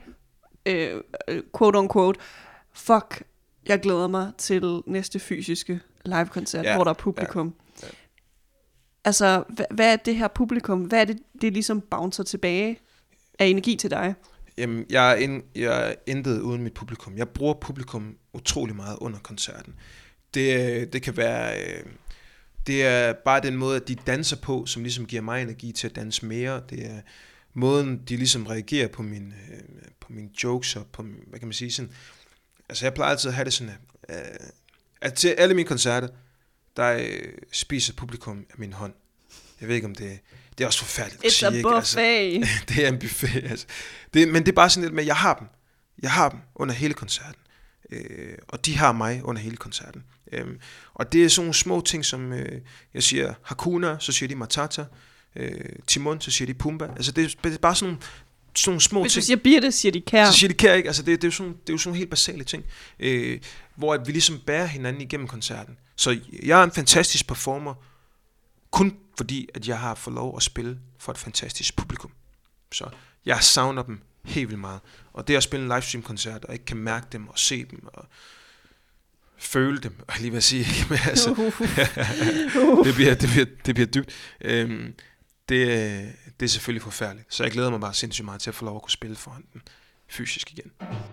quote on quote, fuck, jeg glæder mig til næste fysiske live-koncert, hvor der er publikum. Ja. Altså, hvad er det her publikum? Hvad er det ligesom bouncer tilbage af energi til dig? Jamen, jeg er intet uden mit publikum. Jeg bruger publikum utrolig meget under koncerten. Det kan være... det er bare den måde, at de danser på, som ligesom giver mig energi til at danse mere. Det er måden, de ligesom reagerer på mine jokes og på, hvad kan man sige, sådan... Altså, jeg plejer altid at have det sådan, at til alle mine koncerter, der spiser publikum af min hånd. Jeg ved ikke, om det er også forfærdeligt at sige. It's a buffet. Altså, det er en buffet. Altså. Men det er bare sådan lidt med, at jeg har dem under hele koncerten. Og de har mig under hele koncerten. Og det er sådan nogle små ting, som jeg siger Hakuna, så siger de Matata. Timon, så siger de Pumba. Altså det er bare sådan nogle små ting. Hvis du siger Birte, siger de kær. Så siger de kær, ikke? Altså det er jo sådan helt basale ting. Hvor at vi ligesom bærer hinanden igennem koncerten. Så jeg er en fantastisk performer, kun fordi, at jeg har fået lov at spille for et fantastisk publikum. Så jeg savner dem helt vildt meget. Og det at spille en livestream-koncert, og ikke kan mærke dem, og se dem, og føle dem, og lige vil sige, altså, det bliver dybt. Det er selvfølgelig forfærdeligt. Så jeg glæder mig bare sindssygt meget til at få lov at kunne spille foran den fysisk igen.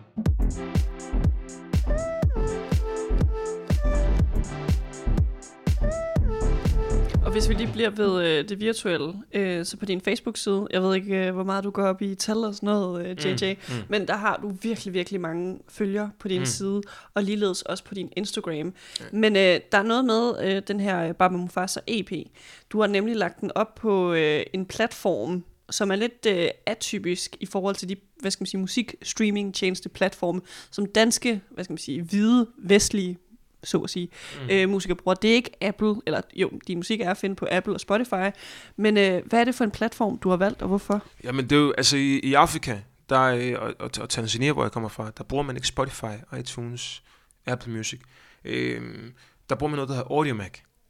Og hvis vi lige bliver ved det virtuelle, så på din Facebook-side, jeg ved ikke, hvor meget du går op i tal og sådan noget, JJ, men der har du virkelig, virkelig mange følgere på din side, og ligeledes også på din Instagram. Men der er noget med den her Baba Mufasa EP. Du har nemlig lagt den op på en platform, som er lidt atypisk i forhold til de, hvad skal man sige, musikstreaming-tjeneste platforme, som danske, hvad skal man sige, hvide, vestlige, så at sige, musikere bruger. Det er ikke Apple, eller jo, din musik er at finde på Apple og Spotify, men hvad er det for en platform, du har valgt, og hvorfor? Jamen det er jo, altså i Afrika, der, og Tanzania, hvor jeg kommer fra, der bruger man ikke Spotify, iTunes, Apple Music. Der bruger man noget, der hedder Audiomack.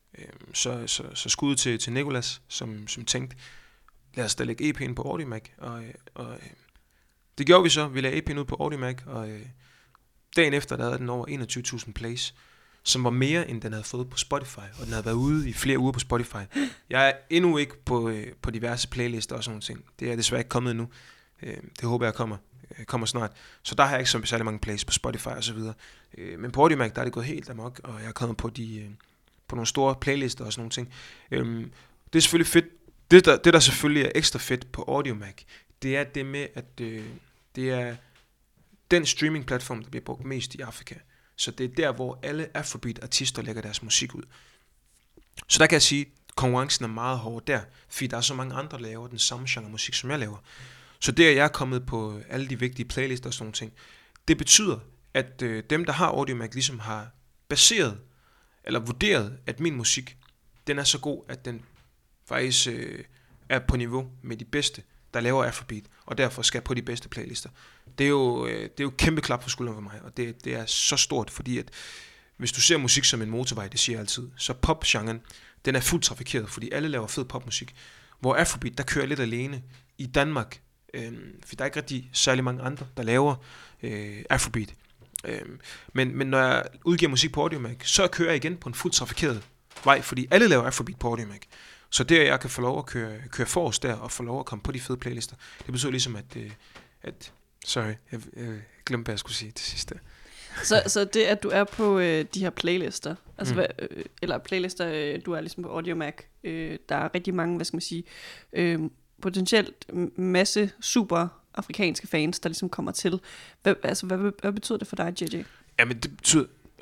Så skud til Nicolas, som tænkte, lad os da lægge EP'en på Audiomack, og det gjorde vi så. Vi lagde EP'en ud på Audiomack, og dagen efter, der havde den over 21.000 plays, som var mere, end den havde fået på Spotify, og den havde været ude i flere uger på Spotify. Jeg er endnu ikke på diverse playlister og sådan nogle ting. Det er desværre ikke kommet endnu. Det håber jeg kommer snart. Så der har jeg ikke så særlig mange plays på Spotify og så videre. Men på Audiomack, der er det gået helt amok, og jeg er kommet på nogle store playlister og sådan nogle ting. Det er selvfølgelig fedt. Det der selvfølgelig er ekstra fedt på Audiomack, det er det med, at det er den streaming-platform, der bliver brugt mest i Afrika. Så det er der, hvor alle Afrobeat-artister lægger deres musik ud. Så der kan jeg sige, at konkurrencen er meget hård der, fordi der er så mange andre, der laver den samme genre musik, som jeg laver. Så det, at jeg er kommet på alle de vigtige playlister og sådan nogle ting, det betyder, at dem, der har Audiomack, ligesom har baseret, eller vurderet, at min musik, den er så god, at den faktisk er på niveau med de bedste, der laver Afrobeat, og derfor skal på de bedste playlister. Det er jo kæmpe klap for skulderen for mig, og det er så stort, fordi at hvis du ser musik som en motorvej, det siger jeg altid, så popgenren, den er fuldt trafikeret, fordi alle laver fed popmusik, hvor Afrobeat, der kører lidt alene i Danmark, for der er ikke rigtig særlig mange andre, der laver Afrobeat. Men når jeg udgiver musik på Audiomack, så kører jeg igen på en fuldt trafikeret vej, fordi alle laver Afrobeat på Audiomack. Så det, at jeg kan få lov at køre forrest der, og få lov at komme på de fede playlister, det betyder ligesom, at sorry, jeg glemte, hvad jeg skulle sige til sidst. Så det, at du er på de her playlister, altså eller playlister, du er ligesom på Audiomack, der er rigtig mange, hvad skal man sige, potentielt masse super afrikanske fans, der ligesom kommer til. Hvad betyder det for dig, JJ? Jamen, det betyder...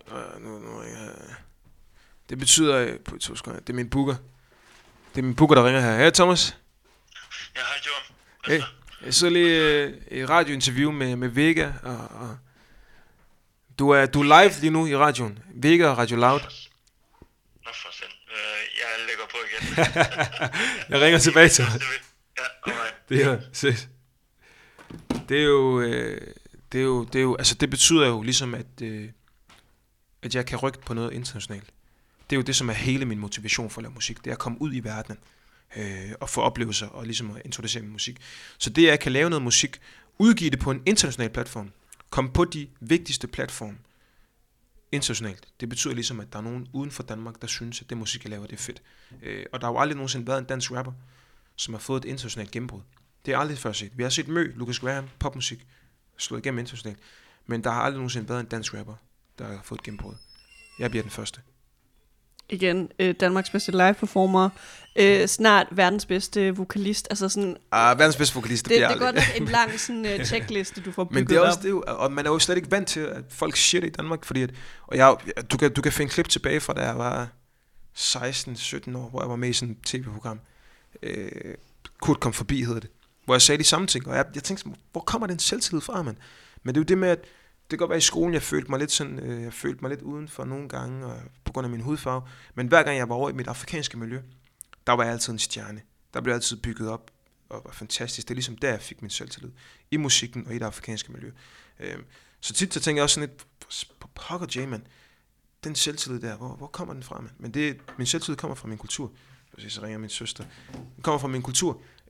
Det betyder... Det er min booker. Det er min booker, der ringer her. Hej, Thomas. Ja, hej, John. Hey. Jeg sidder lige i et radiointerview med Vega, og du er live lige nu i radioen. Vega og Radio Loud. Nå for selv. Jeg lægger på igen. Jeg ringer tilbage til dig. Ja, alright. Det er jo, altså det betyder jo ligesom, at jeg kan rykke på noget internationalt. Det er jo det, som er hele min motivation for at lave musik. Det er at komme ud i verden og få oplevelser og ligesom at introducere min musik. Så det er, at jeg kan lave noget musik, udgive det på en international platform, komme på de vigtigste platforme internationalt. Det betyder ligesom, at der er nogen uden for Danmark, der synes, at det musik, jeg laver, det er fedt. Og der har jo aldrig nogensinde været en dansk rapper, som har fået et internationalt gennembrud. Det er aldrig før set. Vi har set Lucas Graham, popmusik, slået igennem internationalt. Men der har aldrig nogensinde været en dansk rapper, der har fået et gennembrud. Jeg bliver den første. Igen, Danmarks bedste live-performer, snart verdens bedste vokalist, altså sådan... verdens bedste vokalist, det bliver aldrig. Det er godt en lang sådan, checkliste, du får bygget op. Men det er også det, og man er jo slet ikke vant til, at folk siger det i Danmark, fordi du kan finde klip tilbage fra, da jeg var 16-17 år, hvor jeg var med i sådan et tv-program. Kurt kom forbi, hedder det, hvor jeg sagde de samme ting, og jeg tænkte, hvor kommer den selvtillid fra, mand? Men det er jo det med, at det kan godt være i skolen, jeg følte mig lidt uden for nogle gange, og på grund af min hudfarve. Men hver gang jeg var over i mit afrikanske miljø, der var jeg altid en stjerne. Der blev altid bygget op, og var fantastisk. Det er ligesom der, jeg fik min selvtillid. I musikken og i det afrikanske miljø. Så tit så tænker jeg også sådan lidt, på pokker J, man, den selvtillid der, hvor kommer den fra, man? Men min selvtillid kommer fra min kultur. Så ringer min søster. Den kommer fra min kultur.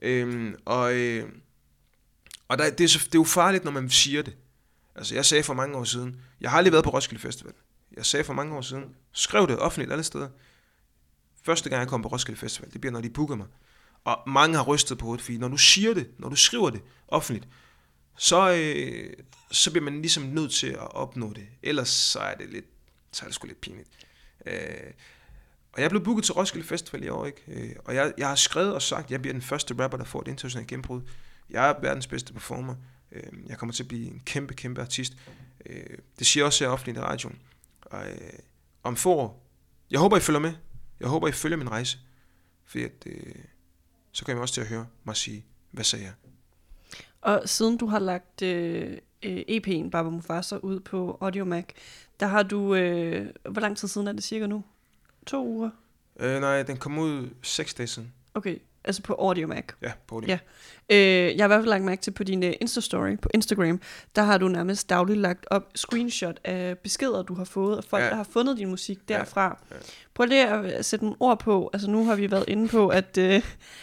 Og det er jo farligt, når man siger det. Altså, jeg sagde for mange år siden, jeg har aldrig været på Roskilde Festival. Jeg sagde for mange år siden, skrev det offentligt alle steder. Første gang jeg kom på Roskilde Festival, det bliver, når de booker mig. Og mange har rystet på hovedet, fordi når du siger det, når du skriver det offentligt, så bliver man ligesom nødt til at opnå det. Ellers så er det sgu lidt pinligt. Og jeg blev booket til Roskilde Festival i år, ikke? Og jeg har skrevet og sagt, at jeg bliver den første rapper, der får et internationalt gennembrud. Jeg er verdens bedste performer. Jeg kommer til at blive en kæmpe, kæmpe artist. Det siger også her offentligt i radioen. Og om få år, jeg håber, I følger med. Jeg håber, I følger min rejse. Fordi så kan I også til at høre mig sige, hvad sagde jeg? Og siden du har lagt EP'en Baba Mufasa ud på Audiomack, der har du, hvor lang tid siden er det cirka nu? 2 uger? Nej, den kom ud 6 dage siden. Okay, altså på Audiomack. Ja, på Audiomack. Ja. Jeg har i hvert fald lagt mærke til på din Insta-story på Instagram, der har du nærmest dagligt lagt op screenshot af beskeder, du har fået, af folk, der har fundet din musik derfra. Ja. Prøv lige at sætte nogle ord på. Altså nu har vi været inde på, at der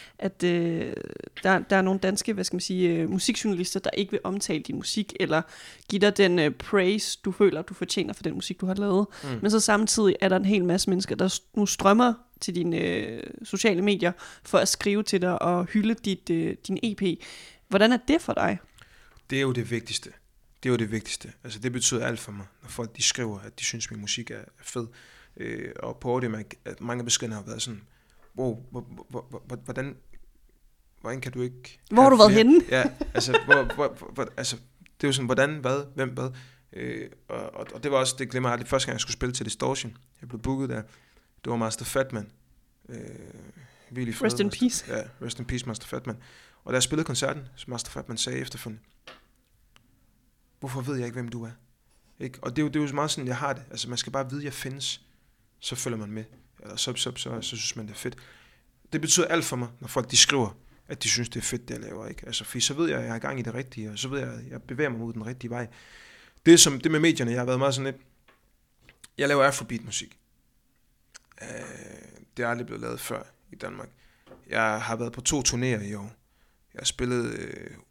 er nogle danske, hvad skal man sige, musikjournalister, der ikke vil omtale din musik, eller give dig den praise, du føler, du fortjener for den musik, du har lavet. Men så samtidig er der en hel masse mennesker, der nu strømmer til dine sociale medier, for at skrive til dig og hylde din EP. Hvordan er det for dig? Det er jo det vigtigste. Det er jo det vigtigste. Altså det betyder alt for mig, når folk de skriver, at de synes, min musik er fed. Og på Audiomack, mange beskederne har været sådan, wow, hvordan kan du ikke... Hvor har du været henne? Ja, altså, altså, det er jo sådan, hvordan, hvad, hvem, hvad. Og det var også, det glemmer jeg aldrig, første gang jeg skulle spille til Distortion. Jeg blev booket der. Det var Master Fatman. Rest in peace. Ja, rest in peace, Master Fatman. Og da jeg spillede koncerten, så Master Fatman sagde efterfølgende, hvorfor ved jeg ikke, hvem du er? Ikke? Og det er jo meget sådan, jeg har det. Altså, man skal bare vide, at jeg findes. Så følger man med. Eller så synes man, det er fedt. Det betyder alt for mig, når folk de skriver, at de synes, det er fedt, det jeg laver. Ikke? Altså, fordi så ved jeg, at jeg er i gang i det rigtige, og så ved jeg, at jeg bevæger mig mod den rigtige vej. Det med medierne, jeg har været meget sådan lidt, jeg laver afrobeat-musik. Det er aldrig blevet lavet før i Danmark. Jeg har været på 2 turnéer i år. Jeg har spillet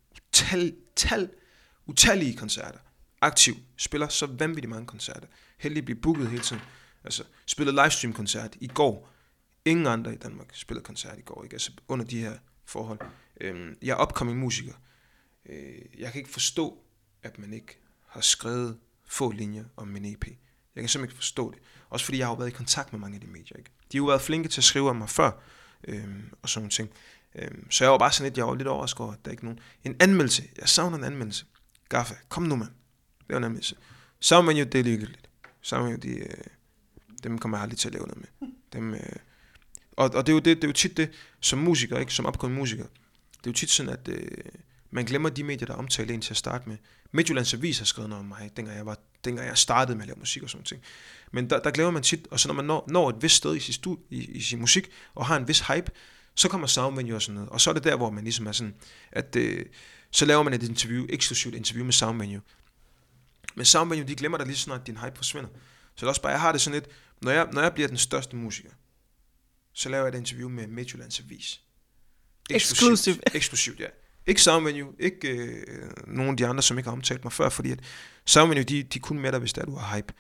utallige koncerter. Aktiv. Spiller så vanvittigt mange koncerter. Heldig bliver booket hele tiden. Altså, spillede livestream-koncert i går. Ingen andre i Danmark spillede koncert i går. Ikke? Altså, under de her forhold. Jeg er upcoming musiker. Jeg kan ikke forstå, at man ikke har skrevet få linjer om min EP. Jeg kan simpelthen ikke forstå det. Også fordi jeg har jo været i kontakt med mange af de medier. Ikke? De har jo været flinke til at skrive om mig før. Og sådan nogle ting. Så jeg var bare sådan lidt, jeg var lidt overrasket over, at der ikke nogen. En anmeldelse. Jeg savner en anmeldelse. Gaffa, kom nu, mand. Det var en anmeldelse. Soundvenue, det er ligegyldigt. Soundvenue, dem kommer jeg aldrig til at lave noget med. Dem, og det er jo tit det, som musiker, ikke? Som opkommende musiker. Det er jo tit sådan, at man glemmer de medier, der omtaler en til at starte med. Midtjyllands Avis har skrevet noget om mig, dengang jeg startede med at lave musik og sådan ting. Men der glemmer man tit, og så når man når et vist sted i sin musik, og har en vis hype, så kommer Soundvenue og sådan noget. Og så er det der, hvor man ligesom er sådan, at så laver man et eksklusivt interview med Soundvenue. Men Soundvenue, de glemmer dig lige snart, at din hype forsvinder. Så det er også bare, jeg har det sådan lidt, når jeg bliver den største musiker, så laver jeg et interview med Midtjyllands Avis. Eksklusivt, ja. Ikke Soundvenue, ikke nogen af de andre, som ikke har omtalt mig før, fordi at Soundvenue, de kun med dig, hvis der du har hype.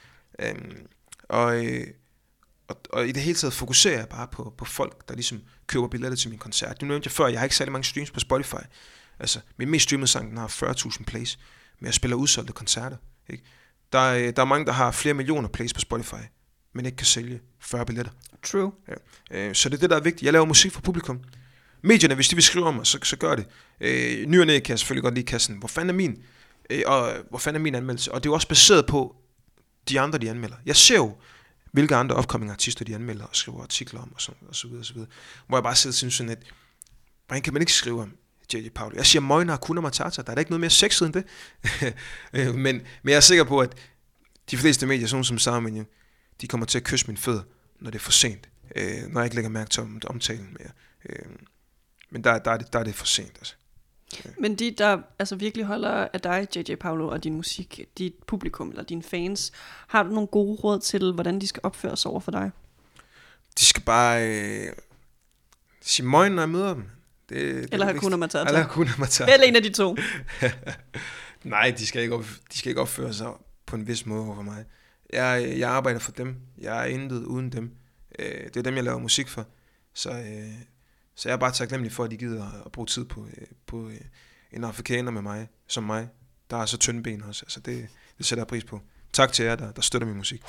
Og i det hele taget fokuserer jeg bare på folk, der ligesom køber billetter til min koncert. Det nævnte jeg før, jeg har ikke særlig mange streams på Spotify. Altså, min mest streamede sang, den har 40.000 plays, men jeg spiller udsolgte koncerter. Ikke? Der er mange, der har flere millioner plays på Spotify, men ikke kan sælge 40 billetter. True. Ja. Så det er det, der er vigtigt. Jeg laver musik for publikum. Medierne, hvis de vil skrive om mig, så gør det. Ny og næ kan jeg selvfølgelig godt lide kassen. Hvor fanden er min anmeldelse? Og det er jo også baseret på de andre, de anmelder. Jeg ser jo, hvilke andre upcoming artister de anmelder og skriver artikler om, og så videre. Hvor jeg bare sidder og synes sådan, at hvordan kan man ikke skrive om J.J. Paulo? Jeg siger Moina, Hakuna Matata. Der er da ikke noget mere sexet end det. men jeg er sikker på, at de fleste medier, sådan som Soundvenue, de kommer til at kysse min fødder, når det er for sent. Når jeg ikke lægger mærke til omtalen mere. Men der er det for sent, altså. Men de, der altså virkelig holder af dig, J.J. Paulo, og din musik, dit publikum eller dine fans, har du nogle gode råd til, hvordan de skal opføre sig over for dig? De skal bare sige møgen, når jeg møder dem. Eller Hakuna Matata. Eller Hakuna Matata. Eller en af de to. Nej, de skal ikke opføre sig på en vis måde over for mig. Jeg arbejder for dem. Jeg er intet uden dem. Det er dem, jeg laver musik for. Så jeg er bare taknemmelig for, at de gider at bruge tid på en afrikaner med mig, som mig, der er så tynde ben også. Altså det sætter jeg pris på. Tak til jer, der støtter min musik.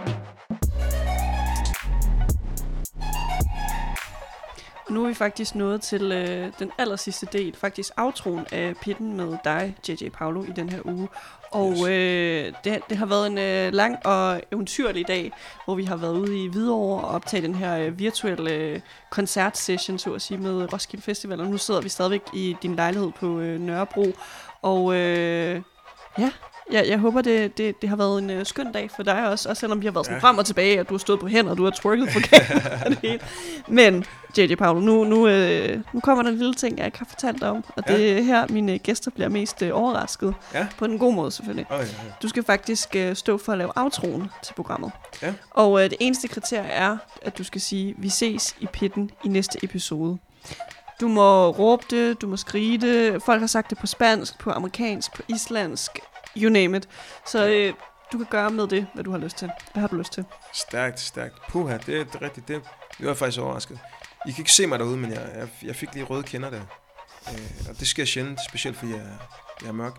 Nu er vi faktisk nået til den aller sidste del, faktisk outroen af Pitten med dig, J.J. Paulo, i den her uge. Og det har været en lang og eventyrlig dag, hvor vi har været ude i Hvidovre og optaget den her virtuelle koncertsession, så at sige, med Roskilde Festival. Og nu sidder vi stadigvæk i din lejlighed på Nørrebro. Og jeg håber, det har været en skøn dag for dig også selvom vi har været sådan frem og tilbage, og du har stået på hænder, og du har twerket på kameraet. Men J.J. Paulo, nu kommer der en lille ting, jeg ikke har fortalt dig om, og det er her, mine gæster bliver mest overrasket. Ja. På en god måde, selvfølgelig. Ja. Du skal faktisk stå for at lave outroen til programmet. Ja. Og det eneste kriterie er, at du skal sige, vi ses i Pitten i næste episode. Du må råbe det, du må skrige det. Folk har sagt det på spansk, på amerikansk, på islandsk, you name it. Så du kan gøre med det, hvad du har lyst til. Hvad har du lyst til? Stærkt. Puha, det er rigtigt. Det var faktisk overrasket. I kan ikke se mig derude, men jeg fik lige røde kinder der. Og det sker sjældent, specielt fordi jeg er mørk.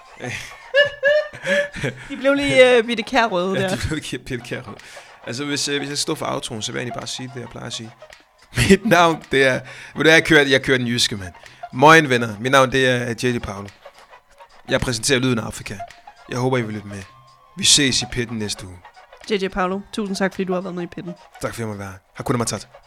De blev lige bitte kærrøde der. Ja, de blev bitte kærrøde. Altså, hvis jeg står for outroen, så vil jeg egentlig bare sige det, jeg plejer at sige. Mit navn, det er... Jeg kører den jyske, mand. Moin, venner. Mit navn, det er J.J. Paulo. Jeg præsenterer Lyden af Afrika. Jeg håber, I vil lytte med. Vi ses i Pitten næste uge. J.J. Paulo, tusind tak, fordi du har været med i Pitten. Tak fordi jeg måtte være her. Hakuna Matata.